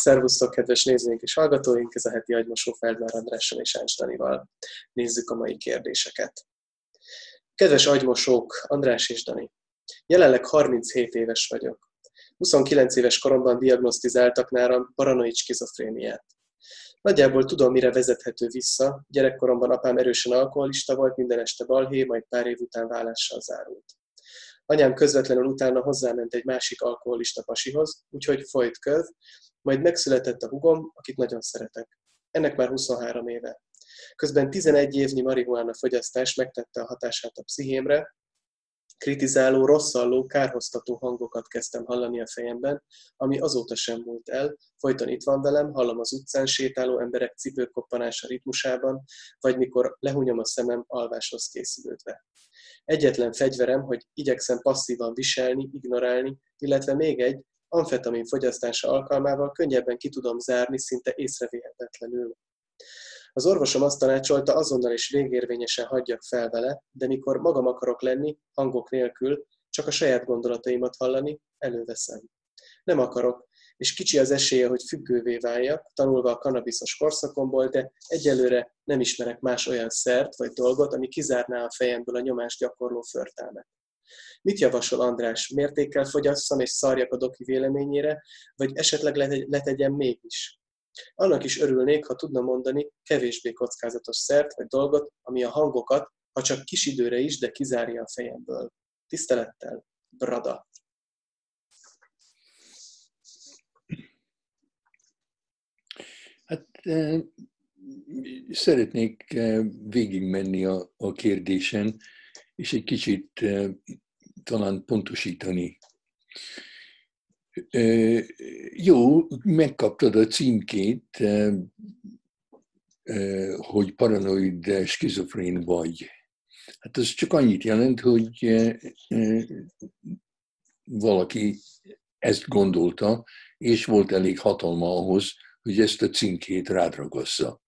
Szervusztok, kedves nézőink és hallgatóink! Ez a heti agymosó Feldmár Andrással és Ács Danival. Nézzük a mai kérdéseket. Kedves agymosók, András és Dani! Jelenleg 37 éves vagyok. 29 éves koromban diagnosztizáltak nálam paranoid skizofréniát. Nagyjából tudom, mire vezethető vissza. Gyerekkoromban apám erősen alkoholista volt, minden este balhé, majd pár év után válással zárult. Anyám közvetlenül utána hozzáment egy másik alkoholista pasihoz, úgyhogy folyt köv, majd megszületett a húgom, akit nagyon szeretek. Ennek már 23 éve. Közben 11 évnyi marihuána fogyasztás megtette a hatását a pszichémre, kritizáló, rosszalló, kárhoztató hangokat kezdtem hallani a fejemben, ami azóta sem múlt el, folyton itt van velem, hallom az utcán sétáló emberek cipőkoppanása ritmusában, vagy mikor lehúnyom a szemem alváshoz készülődve. Egyetlen fegyverem, hogy igyekszem passzívan viselni, ignorálni, illetve még egy, amfetamin fogyasztása alkalmával könnyebben ki tudom zárni, szinte észrevéhetetlenül. Az orvosom azt tanácsolta, azonnal és végérvényesen hagyjak fel vele, de mikor magam akarok lenni, hangok nélkül, csak a saját gondolataimat hallani, előveszem. Nem akarok, és kicsi az esélye, hogy függővé váljak, tanulva a kannabiszos korszakomból, de egyelőre nem ismerek más olyan szert vagy dolgot, ami kizárná a fejemből a nyomást gyakorló förtelmet. Mit javasol András? Mértékkel fogyasszam és szarjak a doki véleményére, vagy esetleg letegyem mégis? Annak is örülnék, ha tudna mondani kevésbé kockázatos szert vagy dolgot, ami a hangokat, ha csak kis időre is, de kizárja a fejemből. Tisztelettel, Brada. Hát szeretnék végigmenni a kérdésen, és egy kicsit talán pontosítani. Jó, megkaptad a címkét, hogy paranoid skizofrén vagy. Hát ez csak annyit jelent, hogy valaki ezt gondolta, és volt elég hatalma ahhoz, hogy ezt a címkét rád ragassza.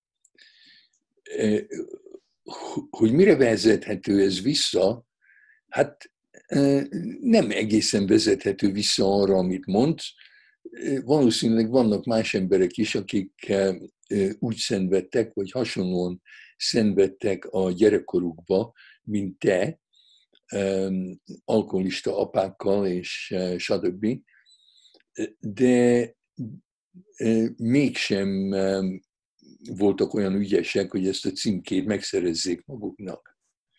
Hogy mire vezethető ez vissza? Hát nem egészen vezethető vissza arra, amit mondsz. Valószínűleg vannak más emberek is, akik úgy szenvedtek, vagy hasonlóan szenvedtek a gyerekkorukba, mint te, alkoholista apákkal és stb. De mégsem voltak olyan ügyesek, hogy ezt a címkét megszerezzék maguknak.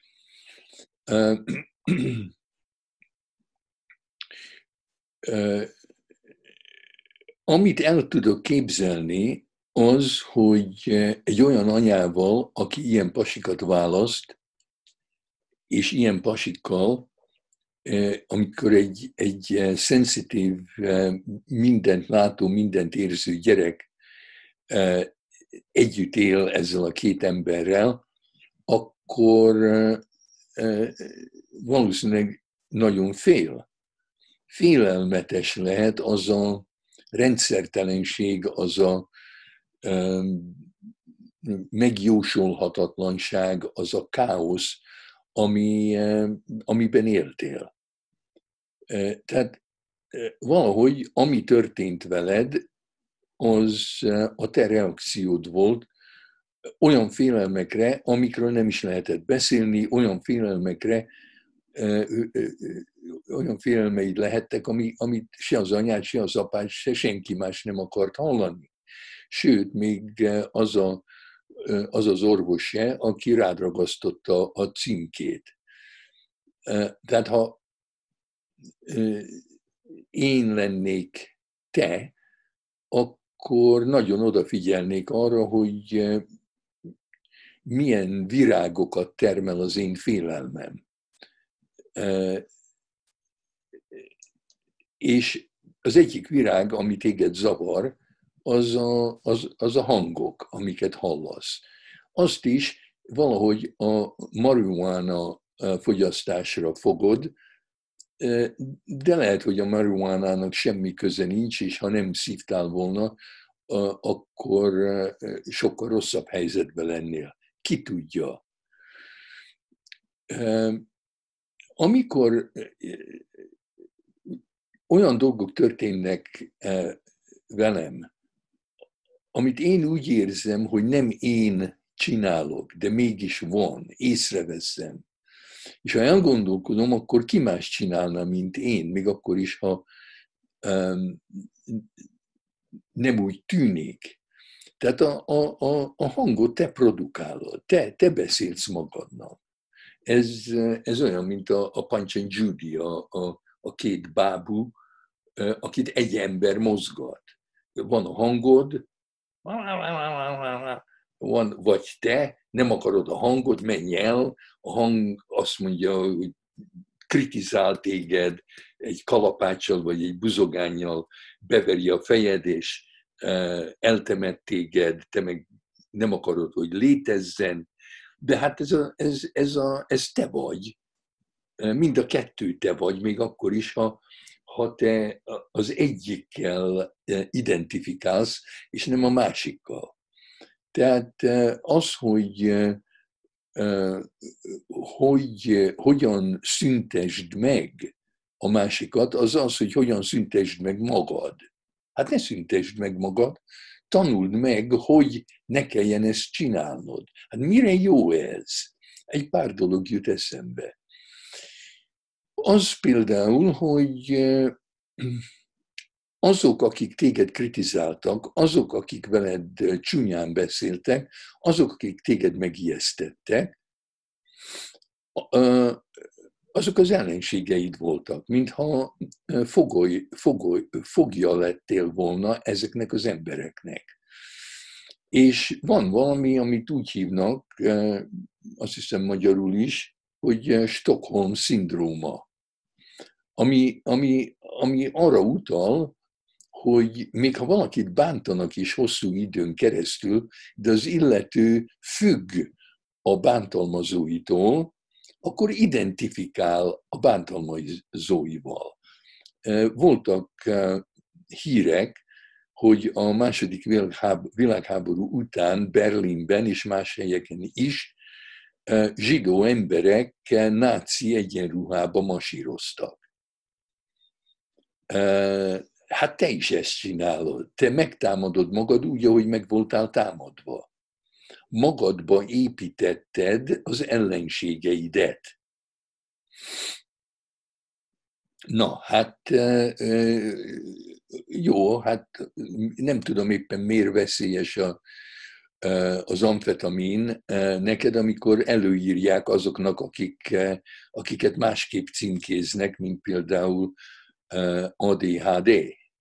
Amit el tudok képzelni, az, hogy egy olyan anyával, aki ilyen pasikat választ, és ilyen pasikkal, amikor egy szenzitív, mindent látó, mindent érző gyerek együtt él ezzel a két emberrel, akkor valószínűleg nagyon fél. Félelmetes lehet az a rendszertelenség, az a megjósolhatatlanság, az a káosz, amiben éltél. Tehát valahogy, ami történt veled, az a te reakciód volt olyan félelmekre, amikről nem is lehetett beszélni, olyan félelmeid lehettek, amit se az anyád, se az apád, se senki más nem akart hallani. Sőt, még az orvos se, aki rád ragasztotta a címkét. Tehát ha én lennék te, akkor nagyon odafigyelnék arra, hogy milyen virágokat termel az én félelmem. És az egyik virág, ami téged zavar, az a hangok, amiket hallasz. Azt is valahogy a marihuána fogyasztásra fogod, de lehet, hogy a marihuánának semmi köze nincs, és ha nem szívtál volna, akkor sokkal rosszabb helyzetben lennél. Ki tudja. Amikor olyan dolgok történnek velem, amit én úgy érzem, hogy nem én csinálok, de mégis van, észreveszem. És ha elgondolkodom, akkor ki más csinálna, mint én, még akkor is, ha nem úgy tűnik. Tehát a hangot te produkálod, te beszélsz magadnak. Ez olyan, mint a Punch and Judy, a két bábú, akit egy ember mozgat. Van a hangod, van, vagy te nem akarod a hangot, menj el, a hang azt mondja, hogy kritizál téged egy kalapáccsal vagy egy buzogánnyal, beveri a fejed, és eltemet téged, te meg nem akarod, hogy létezzen, de hát ez te vagy. Mind a kettő te vagy, még akkor is, ha te az egyikkel identifikálsz, és nem a másikkal. Tehát az, hogy hogyan szüntesd meg a másikat, az az, hogy hogyan szüntesd meg magad. Hát ne szüntesd meg magad, tanuld meg, hogy ne kelljen ezt csinálnod. Hát mire jó ez? Egy pár dolog jut eszembe. Az például, hogy azok, akik téged kritizáltak, azok, akik veled csúnyán beszéltek, azok, akik téged megijesztettek, azok az ellenségeid voltak, mintha fogja lettél volna ezeknek az embereknek. És van valami, amit úgy hívnak, azt hiszem magyarul is, hogy Stockholm-szindróma, ami arra utal, hogy még ha valakit bántanak is hosszú időn keresztül, de az illető függ a bántalmazóitól, akkor identifikál a bántalmazóival. Voltak hírek, hogy a második világháború után Berlinben és más helyeken is zsidó emberek náci egyenruhába masíroztak. Hát te is ezt csinálod. Te megtámadod magad úgy, ahogy meg voltál támadva. Magadba építetted az ellenségeidet. Na, hát jó, hát nem tudom éppen miért veszélyes az amfetamin neked, amikor előírják azoknak, akiket másképp címkéznek, mint például ADHD.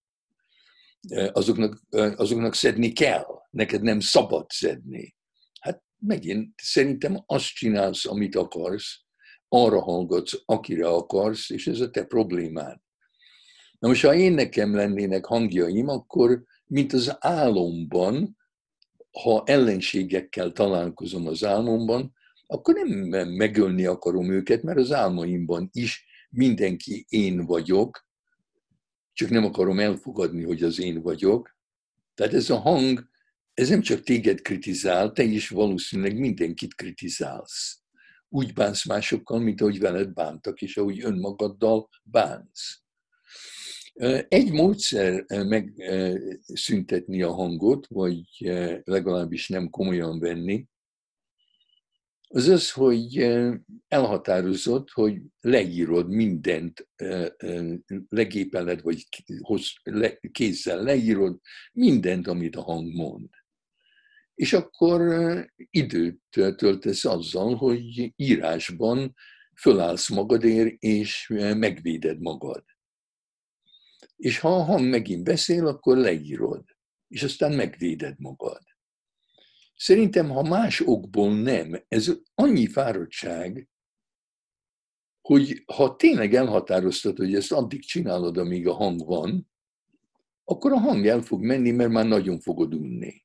Azoknak szedni kell, neked nem szabad szedni. Hát megint szerintem azt csinálsz, amit akarsz, arra hallgatsz, akire akarsz, és ez a te problémád. Na most, ha én nekem lennének hangjaim, akkor, mint az álomban, ha ellenségekkel találkozom az álmomban, akkor nem megölni akarom őket, mert az álmaimban is mindenki én vagyok, csak nem akarom elfogadni, hogy az én vagyok. Tehát ez a hang, ez nem csak téged kritizál, te is valószínűleg mindenkit kritizálsz. Úgy bánsz másokkal, mint ahogy veled bántak, és ahogy önmagaddal bánsz. Egy módszer megszüntetni a hangot, vagy legalábbis nem komolyan venni, az az, hogy elhatározott, hogy leírod mindent, legépeled, vagy kézzel leírod mindent, amit a hang mond. És akkor időt töltesz azzal, hogy írásban fölállsz magadért, és megvéded magad. És ha a hang megint beszél, akkor leírod, és aztán megvéded magad. Szerintem, ha más okból nem, ez annyi fáradtság, hogy ha tényleg elhatároztad, hogy ezt addig csinálod, amíg a hang van, akkor a hang el fog menni, mert már nagyon fogod unni.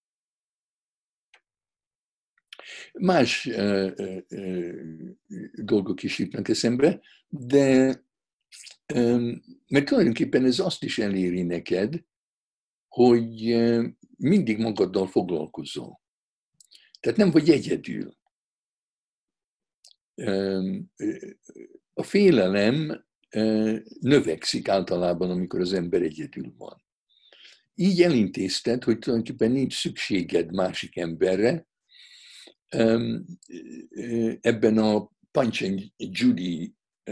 Más dolgok is jutnak eszembe, de mert tulajdonképpen ez azt is eléri neked, hogy mindig magaddal foglalkozol. Tehát nem vagy egyedül. A félelem növekszik általában, amikor az ember egyedül van. így elintézted, hogy tulajdonképpen nincs szükséged másik emberre. Ebben a Punch and Judy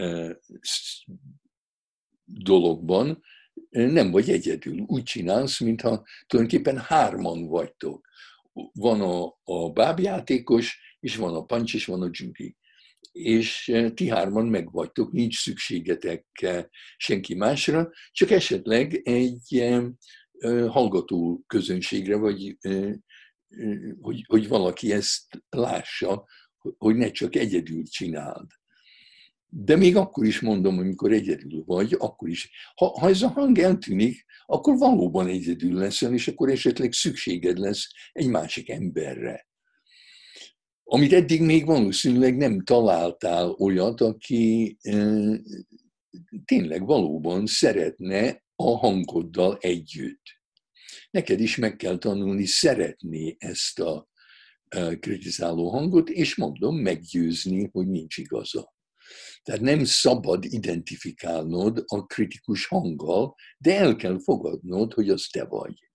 dologban nem vagy egyedül. Úgy csinálsz, mintha tulajdonképpen hárman vagytok. Van a bábjátékos, és van a Punch, és van a Judy. És ti hárman megvagytok, nincs szükségetek senki másra, csak esetleg egy hallgató közönségre, vagy hogy valaki ezt lássa, hogy ne csak egyedül csináld. De még akkor is mondom, amikor egyedül vagy, akkor is. Ha ez a hang eltűnik, akkor valóban egyedül leszel, és akkor esetleg szükséged lesz egy másik emberre. Amit eddig még valószínűleg nem találtál olyat, aki tényleg valóban szeretne a hangoddal együtt. Neked is meg kell tanulni szeretni ezt a kritizáló hangot, és mondom, meggyőzni, hogy nincs igaza. Tehát nem szabad identifikálnod a kritikus hanggal, de el kell fogadnod, hogy az te vagy.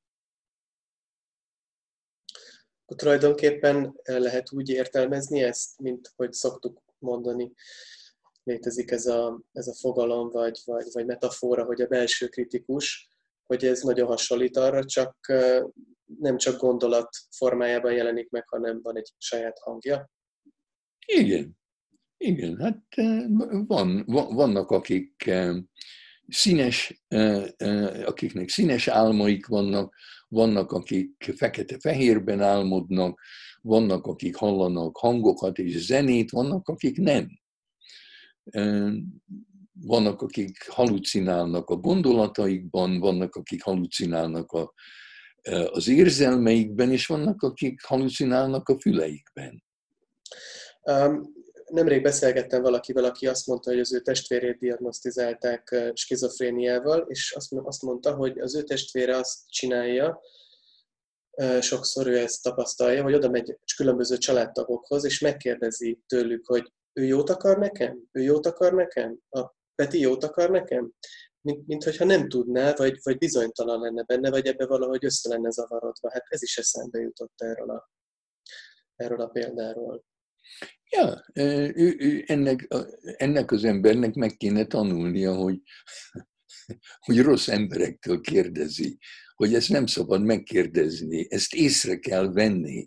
Tulajdonképpen lehet úgy értelmezni ezt, mint hogy szoktuk mondani, létezik ez a fogalom, vagy metafora, hogy a belső kritikus, hogy ez nagyon hasonlít arra, csak nem csak gondolat formájában jelenik meg, hanem van egy saját hangja. Igen, hát vannak, akiknek színes álmaik vannak, vannak, akik fekete-fehérben álmodnak, vannak, akik hallanak hangokat és zenét, vannak, akik nem. Vannak, akik halucinálnak a gondolataikban, vannak, akik halucinálnak az érzelmeikben, és vannak, akik halucinálnak a füleikben. Nemrég beszélgettem valakivel, aki azt mondta, hogy az ő testvérét diagnosztizálták skizofréniával, és azt mondta, hogy az ő testvére azt csinálja, sokszor ő ezt tapasztalja, hogy oda megy különböző családtagokhoz, és megkérdezi tőlük, hogy ő jót akar nekem? Ő jót akar nekem? A Peti jót akar nekem? Mint hogyha nem tudná, vagy bizonytalan lenne benne, vagy ebbe valahogy össze lenne zavarodva. Hát ez is eszembe jutott erről a példáról. Ja, ennek az embernek meg kéne tanulnia, hogy rossz emberektől kérdezi, hogy ezt nem szabad megkérdezni, ezt észre kell venni.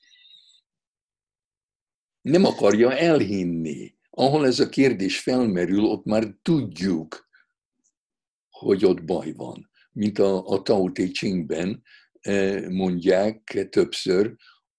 Nem akarja elhinni. Ahol ez a kérdés felmerül, ott már tudjuk, hogy ott baj van. Mint a Tao Te Chingben mondják többször,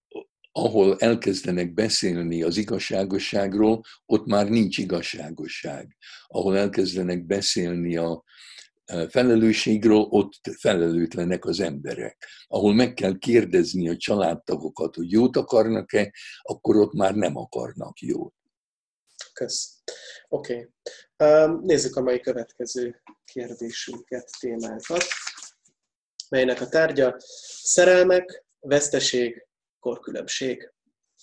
ahol elkezdenek beszélni az igazságosságról, ott már nincs igazságosság. Ahol elkezdenek beszélni a felelősségről, ott felelőtlenek az emberek. Ahol meg kell kérdezni a családtagokat, hogy jót akarnak-e, akkor ott már nem akarnak jót. Kösz. Oké. Nézzük a mai következő kérdésünket, témánkat, melynek a tárgya szerelmek, veszteség, korkülönbség.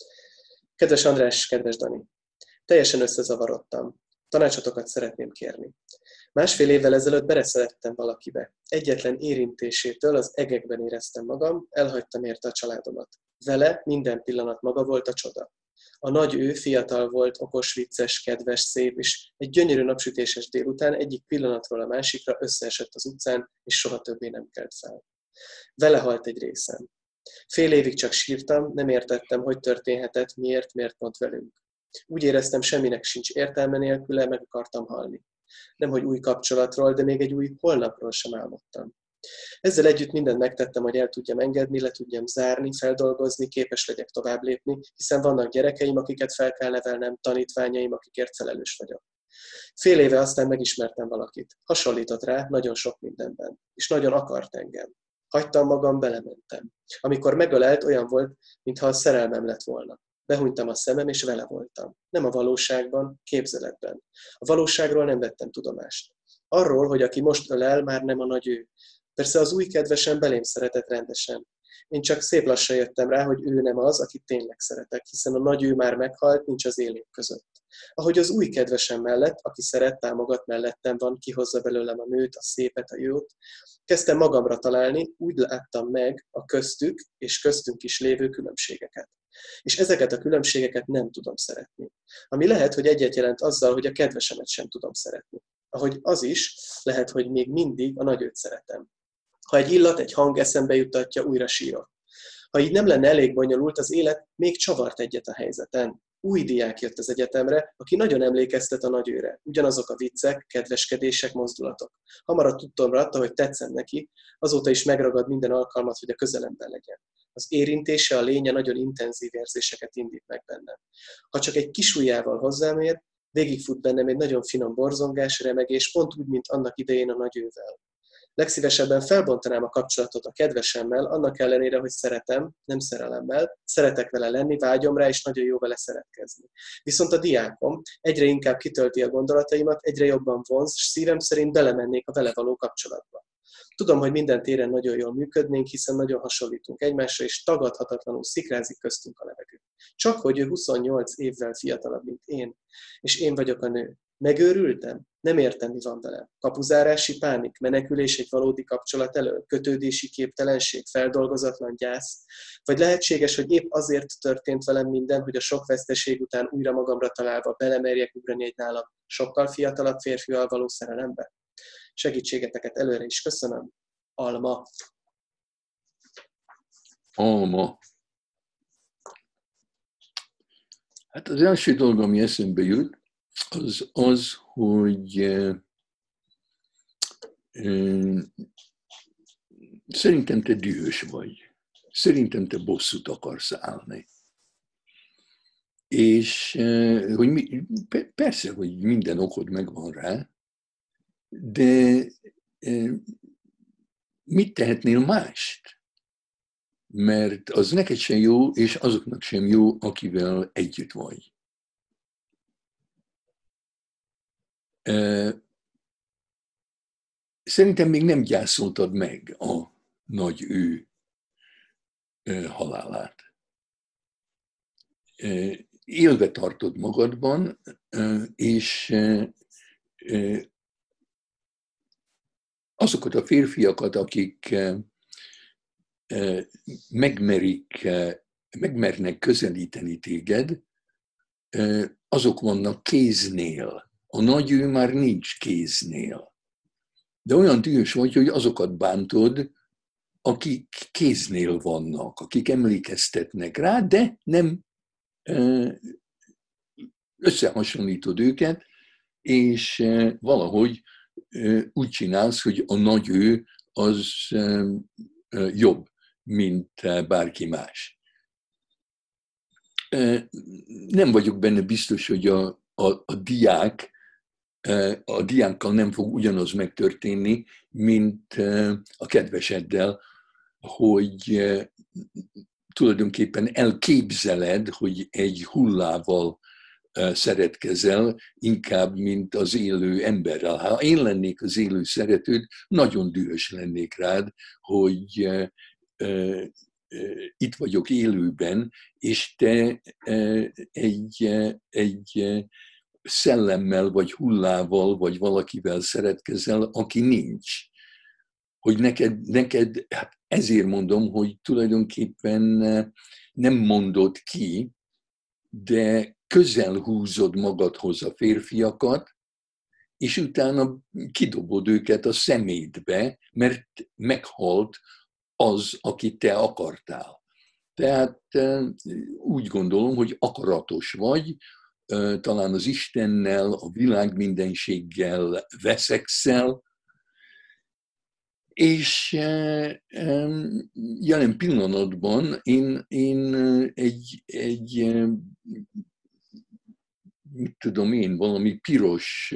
Kedves András, kedves Dani, teljesen összezavarodtam. Tanácsotokat szeretném kérni. 1,5 évvel ezelőtt beleszerettem valakibe. Egyetlen érintésétől az egekben éreztem magam, elhagytam érte a családomat. Vele minden pillanat maga volt a csoda. A nagy ő fiatal volt, okos, vicces, kedves, szép, és egy gyönyörű napsütéses délután egyik pillanatról a másikra összeesett az utcán, és soha többé nem kelt fel. Vele halt egy részem. Fél évig csak sírtam, nem értettem, hogy történhetett, miért pont velünk. Úgy éreztem, semminek sincs értelme nélküle, meg akartam halni. Nemhogy új kapcsolatról, de még egy új holnapról sem álmodtam. Ezzel együtt mindent megtettem, hogy el tudjam engedni, le tudjam zárni, feldolgozni, képes legyek tovább lépni, hiszen vannak gyerekeim, akiket fel kell nevelnem, tanítványaim, akikért felelős vagyok. Fél éve aztán megismertem valakit. Hasonlított rá nagyon sok mindenben, és nagyon akart engem. Hagytam magam, belementem. Amikor megölelt, olyan volt, mintha a szerelmem lett volna. Behunytam a szemem, és vele voltam. Nem a valóságban, képzeletben. A valóságról nem vettem tudomást. Arról, hogy aki most ölel, már nem a nagy ő. Persze az új kedvesem belém szeretett rendesen. Én csak szép lassan jöttem rá, hogy ő nem az, akit tényleg szeretek, hiszen a nagy ő már meghalt, nincs az élők között. Ahogy az új kedvesem mellett, aki szeret, támogat, mellettem van, kihozza belőlem a nőt, a szépet, a jót, kezdtem magamra találni, úgy láttam meg a köztük és köztünk is lévő különbségeket. És ezeket a különbségeket nem tudom szeretni. Ami lehet, hogy egyet jelent azzal, hogy a kedvesemet sem tudom szeretni. Ahogy az is, lehet, hogy még mindig a nagyőt szeretem. Ha egy illat, egy hang eszembe juttatja, újra sírok. Ha így nem lenne elég bonyolult, az élet még csavart egyet a helyzeten. Új diák jött az egyetemre, aki nagyon emlékeztet a nagyőre. Ugyanazok a viccek, kedveskedések, mozdulatok. Hamar tudtomra adta, hogy tetszem neki, azóta is megragad minden alkalmat, hogy a közelemben legyen. Az érintése, a lénye nagyon intenzív érzéseket indít meg bennem. Ha csak egy kis ujjával hozzám ér, végigfut bennem egy nagyon finom borzongás, remegés, pont úgy, mint annak idején a nagyővel. Legszívesebben felbontanám a kapcsolatot a kedvesemmel, annak ellenére, hogy szeretem, nem szerelemmel, szeretek vele lenni, vágyom rá, és nagyon jó vele szeretkezni. Viszont a diákom egyre inkább kitölti a gondolataimat, egyre jobban vonz, és szívem szerint belemennék a vele való kapcsolatba. Tudom, hogy minden téren nagyon jól működnénk, hiszen nagyon hasonlítunk egymásra, és tagadhatatlanul szikrázik köztünk a levegő. Csak hogy ő 28 évvel fiatalabb, mint én, és én vagyok a nő. Megőrültem? Nem értem, mi van velem. Kapuzárási pánik, menekülés egy valódi kapcsolat elől, kötődési képtelenség, feldolgozatlan gyász. Vagy lehetséges, hogy épp azért történt velem minden, hogy a sok veszteség után újra magamra találva belemerjek ugrani egy nálam sokkal fiatalabb férfival való szerelembe? Segítségeteket előre is köszönöm. Alma. Alma. Hát az első dolog, ami eszembe jut, az, hogy szerintem te dühös vagy. Szerintem te bosszút akarsz állni. És hogy persze, hogy minden okod megvan rá, de mit tehetnél mást? Mert az neked sem jó, és azoknak sem jó, akivel együtt vagy. Szerintem még nem gyászoltad meg a nagy ő halálát. Élve tartod magadban, és azokat a férfiakat, akik megmernek közelíteni téged, azok vannak kéznél. A nagy ő már nincs kéznél. De olyan dühös vagy, hogy azokat bántod, akik kéznél vannak, akik emlékeztetnek rá, de nem összehasonlítod őket, és valahogy úgy csinálsz, hogy a nagy ő az jobb, mint bárki más. Nem vagyok benne biztos, hogy a diákkal nem fog ugyanaz megtörténni, mint a kedveseddel, hogy tulajdonképpen elképzeled, hogy egy hullával szeretkezel, inkább, mint az élő emberrel. Ha én lennék az élő szeretőd, nagyon dühös lennék rád, hogy itt vagyok élőben, és te egy szellemmel, vagy hullával, vagy valakivel szeretkezel, aki nincs. Hogy neked hát ezért mondom, hogy tulajdonképpen nem mondod ki, de közel húzod magadhoz a férfiakat, és utána kidobod őket a szemétbe, mert meghalt az, akit te akartál. Tehát úgy gondolom, hogy akaratos vagy, talán az Istennel, a világ mindenséggel veszekszel, és jelen pillanatban én egy mit tudom én, valami piros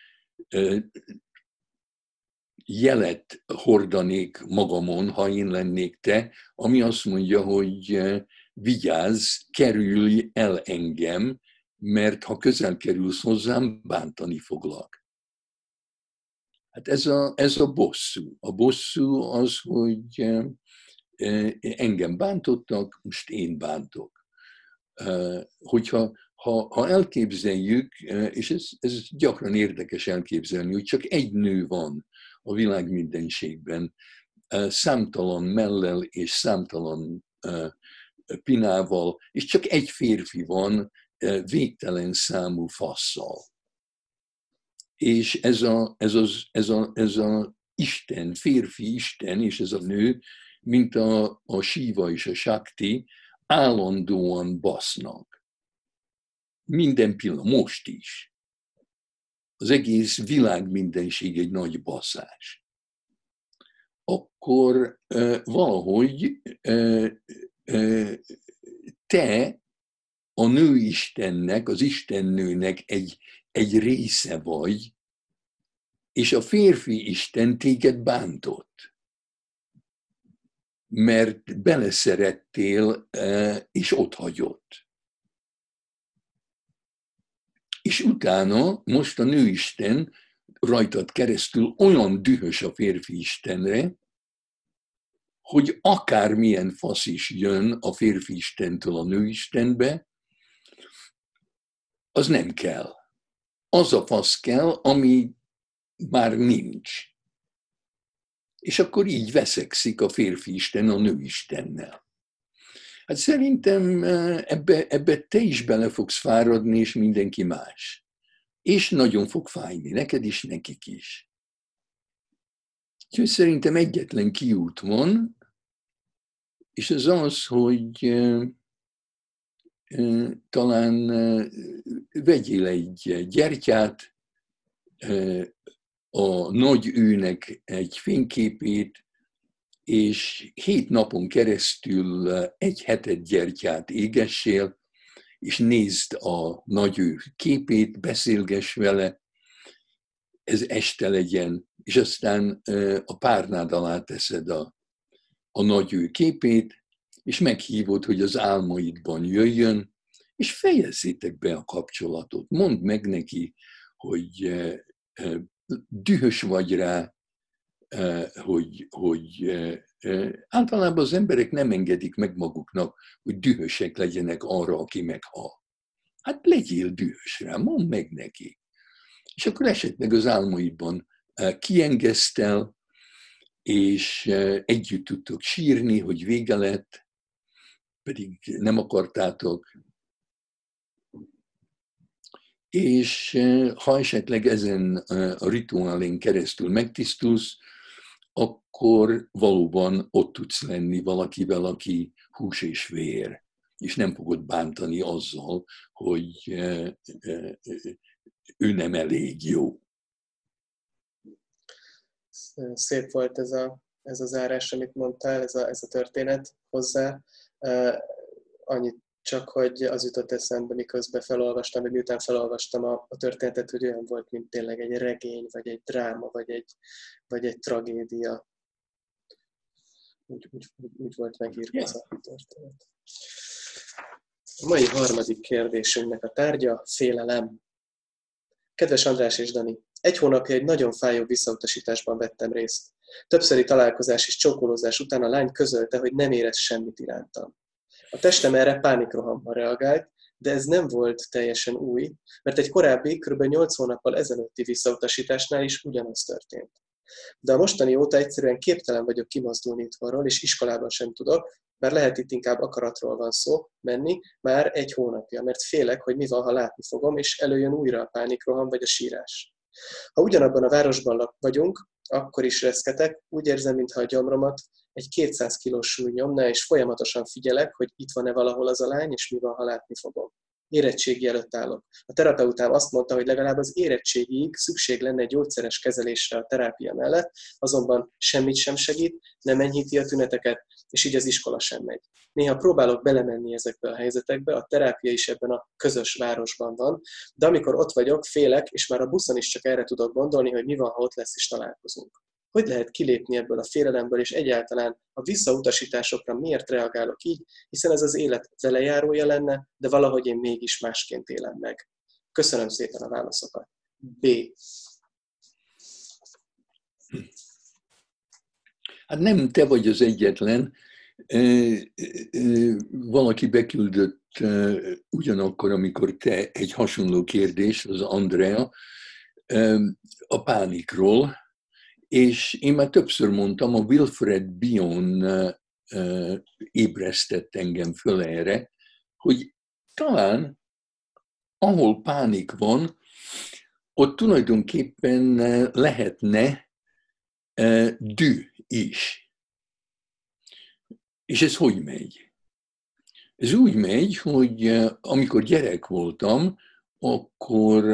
jelet hordanék magamon, ha én lennék te, ami azt mondja, hogy vigyázz, kerülj el engem, mert ha közel kerülsz hozzám, bántani foglak. Hát ez a bosszú. A bosszú az, hogy engem bántottak, most én bántok. Hogyha ha elképzeljük, és ez gyakran érdekes elképzelni, hogy csak egy nő van a világ mindenségben, számtalan mellel és számtalan pinával, és csak egy férfi van végtelen számú fasszal. És ez a Isten, férfi Isten, és ez a nő, mint a Siva és a Sakti, állandóan basznak. Minden pillanat, most is. Az egész világ mindenség egy nagy baszás. Akkor valahogy te a nőistennek, az istennőnek egy része vagy, és a férfi isten téged bántott, mert beleszerettél, és otthagyott. És utána most a nőisten rajtad keresztül olyan dühös a férfi istenre, hogy akármilyen fasz is jön a férfi istentől a nőistenbe, az nem kell. Az a fasz kell, ami már nincs. És akkor így veszekszik a férfi isten a nőistennel. Hát szerintem ebbe te is bele fogsz fáradni, és mindenki más. És nagyon fog fájni, neked is, nekik is. Úgyhogy szerintem egyetlen kiút van, és ez az, hogy talán vegyél egy gyertyát, a nagy őnek egy fényképét, és 7 napon keresztül egy hetet gyertyát égessél, és nézd a nagy ő képét, beszélgess vele, ez este legyen, és aztán a párnád alá teszed a nagy ő képét, és meghívod, hogy az álmaidban jöjjön, és fejezzétek be a kapcsolatot. Mondd meg neki, hogy dühös vagy rá, hogy általában az emberek nem engedik meg maguknak, hogy dühösek legyenek arra, aki meghal. Hát legyél dühös rá, mondd meg neki. És akkor esetleg az álmaidban kiengesztel, és együtt tudtok sírni, hogy vége lett, pedig nem akartátok. És ha esetleg ezen a rituálén keresztül megtisztulsz, akkor valóban ott tudsz lenni valakivel, aki hús és vér, és nem fogod bántani azzal, hogy ő nem elég jó. Szép volt ez a zárás, amit mondtál, ez a történet hozzá. Annyit csak, hogy az jutott eszembe, miközben felolvastam, vagy miután felolvastam a történetet, hogy olyan volt, mint tényleg egy regény, vagy egy dráma, vagy egy tragédia. Úgy volt megírva ez a történet. A mai harmadik kérdésünknek a tárgya félelem. Kedves András és Dani, 1 hónapja egy nagyon fájó visszautasításban vettem részt. Többszöri találkozás és csókolózás után a lány közölte, hogy nem érez semmit irántam. A testem erre pánikrohammal reagált, de ez nem volt teljesen új, mert egy korábbi, kb. 8 hónappal ezelőtti visszautasításnál is ugyanaz történt. De a mostani óta egyszerűen képtelen vagyok kimozdulni itthonról, és iskolában sem tudok, bár lehet itt inkább akaratról van szó, menni, már 1 hónapja, mert félek, hogy mi van, ha látni fogom, és előjön újra a pánikroham vagy a sírás. Ha ugyanabban a városban vagyunk, akkor is reszketek, úgy érzem, mintha a gyomromat egy 200 kilós súly nyomná, és folyamatosan figyelek, hogy itt van-e valahol az a lány, és mi van, ha látni fogom. Érettségi előtt állok. A terapeutám azt mondta, hogy legalább az érettségiig szükség lenne egy gyógyszeres kezelésre a terápia mellett, azonban semmit sem segít, nem enyhíti a tüneteket, és így az iskola sem megy. Néha próbálok belemenni ezekbe a helyzetekbe, a terápia is ebben a közös városban van, de amikor ott vagyok, félek, és már a buszon is csak erre tudok gondolni, hogy mi van, ha ott lesz és találkozunk. Hogy lehet kilépni ebből a félelemből, és egyáltalán a visszautasításokra miért reagálok így, hiszen ez az élet velejárója lenne, de valahogy én mégis másként élem meg. Köszönöm szépen a válaszokat. B. Hát nem te vagy az egyetlen. Valaki beküldött ugyanakkor, amikor te egy hasonló kérdés, az Andrea, a pánikról, és én már többször mondtam, a Wilfred Bion ébresztett engem föl erre, hogy talán ahol pánik van, ott tulajdonképpen lehetne düh is. És ez hogy megy? Ez úgy megy, hogy amikor gyerek voltam, akkor,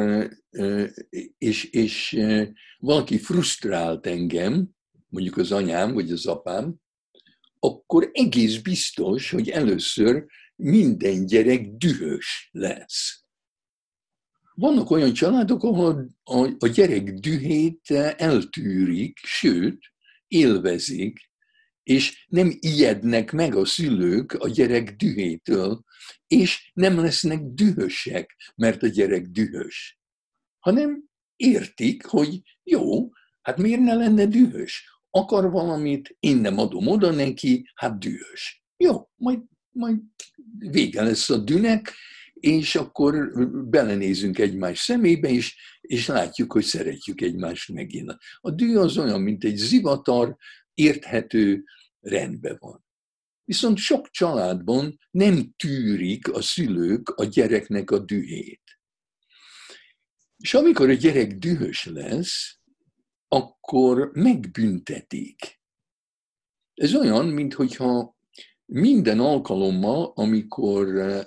és valaki frusztrált engem, mondjuk az anyám vagy az apám, akkor egész biztos, hogy először minden gyerek dühös lesz. Vannak olyan családok, ahol a gyerek dühét eltűrik, sőt, élvezik, és nem ijednek meg a szülők a gyerek dühétől, és nem lesznek dühösek, mert a gyerek dühös, hanem értik, hogy jó, hát miért ne lenne dühös? Akar valamit, én nem adom oda neki, hát dühös. Jó, majd vége lesz a dühnek, és akkor belenézünk egymás szemébe, és látjuk, hogy szeretjük egymást megint. A düh az olyan, mint egy zivatar, érthető, rendben van. Viszont sok családban nem tűrik a szülők a gyereknek a dühét. És amikor a gyerek dühös lesz, akkor megbüntetik. Ez olyan, mintha minden alkalommal, amikor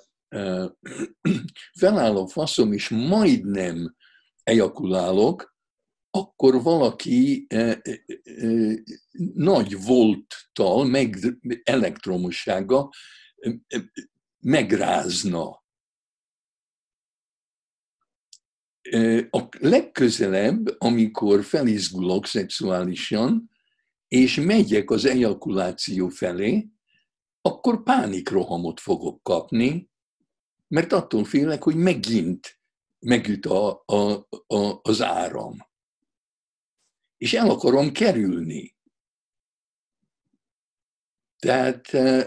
feláll a faszom, és majdnem ejakulálok, akkor valaki nagy volttal, meg elektromossággal megrázna. A legközelebb, amikor felizgulok szexuálisan, és megyek az ejakuláció felé, akkor pánikrohamot fogok kapni, mert attól félek, hogy megint megüt az áram. És el akarom kerülni. Tehát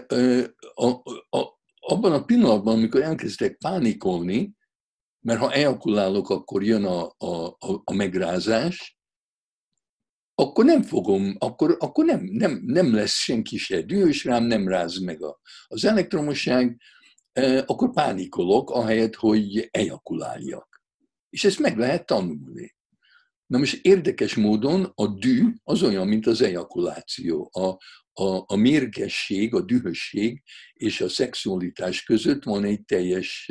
abban a pillanatban, amikor elkezdek pánikolni, mert ha ejakulálok, akkor jön a megrázás, akkor nem fogom, akkor nem lesz senki se dühös rám, nem ráz meg az elektromosság, akkor pánikolok, ahelyett, hogy ejakuláljak. És ezt meg lehet tanulni. Na most érdekes módon a düh az olyan, mint az ejakuláció. A mérgesség, a dühösség és a szexualitás között van egy teljes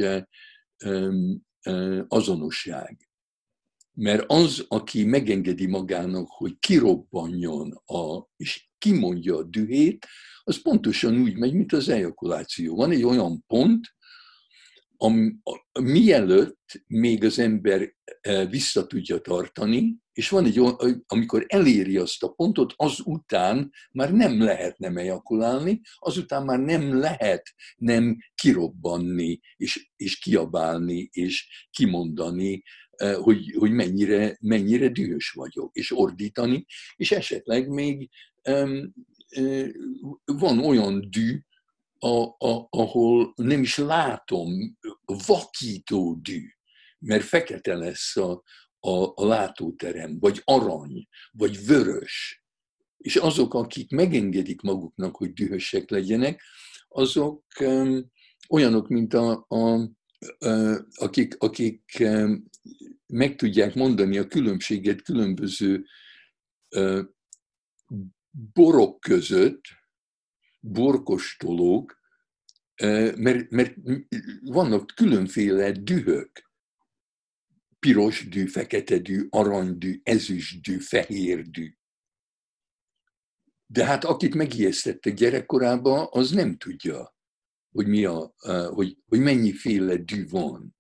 azonosság. Mert az, aki megengedi magának, hogy kirobbanjon és kimondja a dühét, az pontosan úgy megy, mint az ejakuláció. Van egy olyan pont, mielőtt még az ember vissza tudja tartani, és van egy olyan, amikor eléri azt a pontot, azután már nem lehet nem ejakulálni, azután már nem lehet nem kirobbanni, és kiabálni, és kimondani, hogy mennyire dühös vagyok, és ordítani, és esetleg még van olyan düh, ahol nem is látom, vakító düh, mert fekete lesz a látóterem, vagy arany, vagy vörös. És azok, akik megengedik maguknak, hogy dühösek legyenek, azok olyanok, mint akik meg tudják mondani a különbséget különböző borok között, borkostolók, mert vannak különféle dühök. Piros düh, fekete düh, aranydüh, ezüstdüh, fehérdüh. De hát akit megijesztettek gyerekkorában, az nem tudja, hogy mennyiféle düh van.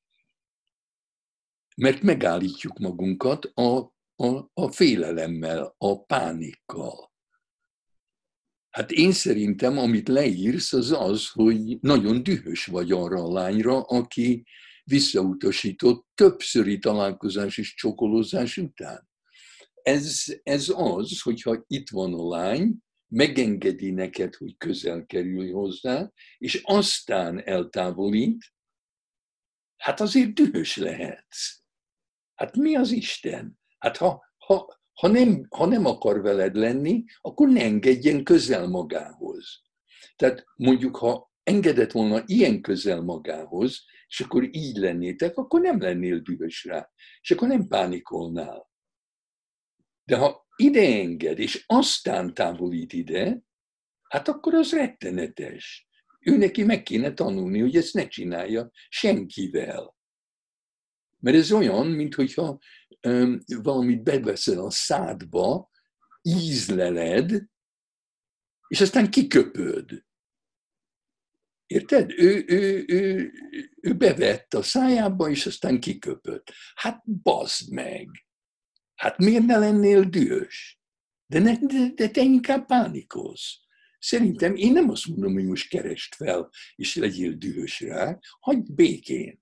Mert megállítjuk magunkat a félelemmel, a pánikkal. Hát én szerintem, amit leírsz, az az, hogy nagyon dühös vagy arra a lányra, aki visszautasított többszöri találkozás és csokolózás után. Ez az, hogyha itt van a lány, megengedi neked, hogy közel kerülj hozzá, és aztán eltávolít, hát azért dühös lehetsz. Hát mi az Isten? Hát ha nem akar veled lenni, akkor ne engedjen közel magához. Tehát mondjuk, ha engedett volna ilyen közel magához, és akkor így lennétek, akkor nem lennél dühös rá, és akkor nem pánikolnál. De ha ide enged, és aztán távolít ide, hát akkor az rettenetes. Ő neki meg kéne tanulni, hogy ezt ne csinálja senkivel. Mert ez olyan, mintha valamit beveszel a szádba, ízleled, és aztán kiköpöd. Érted? Ő bevett a szájába, és aztán kiköpött. Hát bazd meg! Hát miért ne lennél dühös? De te inkább pánikolsz. Szerintem én nem azt mondom, hogy most keresd fel, és legyél dühös rá, hagyd békén.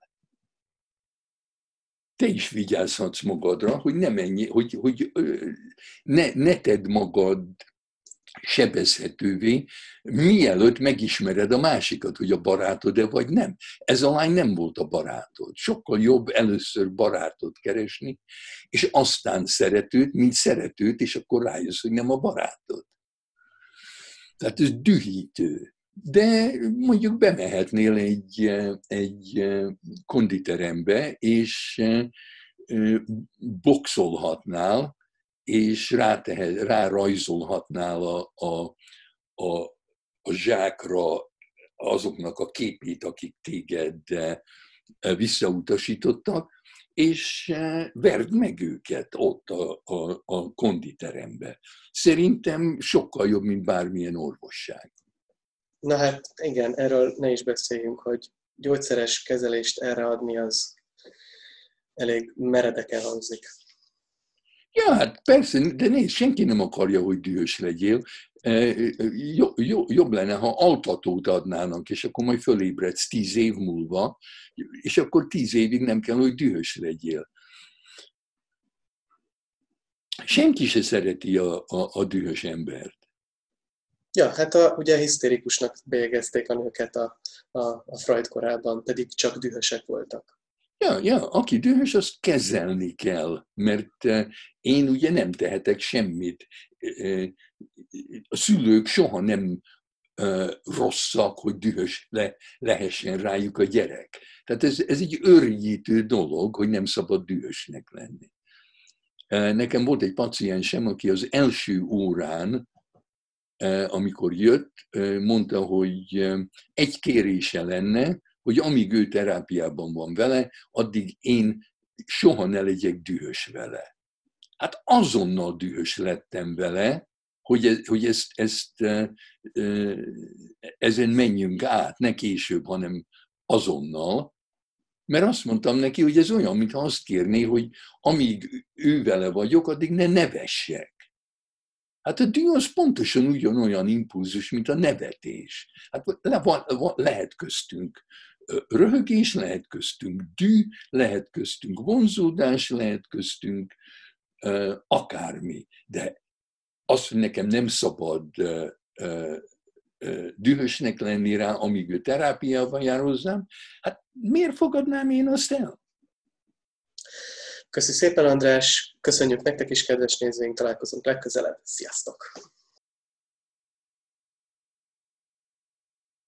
Te is vigyázhatsz magadra, hogy ne tedd magad sebezhetővé, mielőtt megismered a másikat, hogy a barátod-e vagy nem. Ez a lány nem volt a barátod. Sokkal jobb először barátot keresni, és aztán szeretőt, mint szeretőt, és akkor rájössz, hogy nem a barátod. Tehát ez dühítő. De mondjuk bemehetnél egy konditerembe, és boxolhatnál, és rárajzolhatnál a zsákra azoknak a képét, akik téged visszautasítottak, és verd meg őket ott a konditerembe. Szerintem sokkal jobb, mint bármilyen orvosság. Na hát igen, erről ne is beszéljünk, hogy gyógyszeres kezelést erre adni, az elég meredeken hangzik. Ja, hát persze, de nézd, senki nem akarja, hogy dühös legyél. Jobb lenne, ha altatót adnának, és akkor majd fölébredsz 10 év múlva, és akkor 10 évig nem kell, hogy dühös legyél. Senki se szereti a dühös embert. Ja, hát ugye hisztérikusnak bélyegezték a nőket a Freud korában, pedig csak dühösek voltak. Ja, aki dühös, azt kezelni kell, mert én ugye nem tehetek semmit. A szülők soha nem rosszak, hogy dühös lehessen rájuk a gyerek. Tehát ez egy őrjítő dolog, hogy nem szabad dühösnek lenni. Nekem volt egy paciensem, aki az első órán, amikor jött, mondta, hogy egy kérése lenne, hogy amíg ő terápiában van vele, addig én soha ne legyek dühös vele. Hát azonnal dühös lettem vele, hogy ezen menjünk át, ne később, hanem azonnal, mert azt mondtam neki, hogy ez olyan, mintha azt kérné, hogy amíg ő vele vagyok, addig ne nevessek. Hát a düh az pontosan ugyanolyan impulzus, mint a nevetés. Hát lehet köztünk röhögés, lehet köztünk düh, lehet köztünk vonzódás, lehet köztünk akármi. De az, hogy nekem nem szabad dühösnek lenni rá, amíg ő terápiával jár hozzám, hát miért fogadnám én azt el? Köszi szépen, András, köszönjük nektek is, kedves nézőink, találkozunk legközelebb. Sziasztok!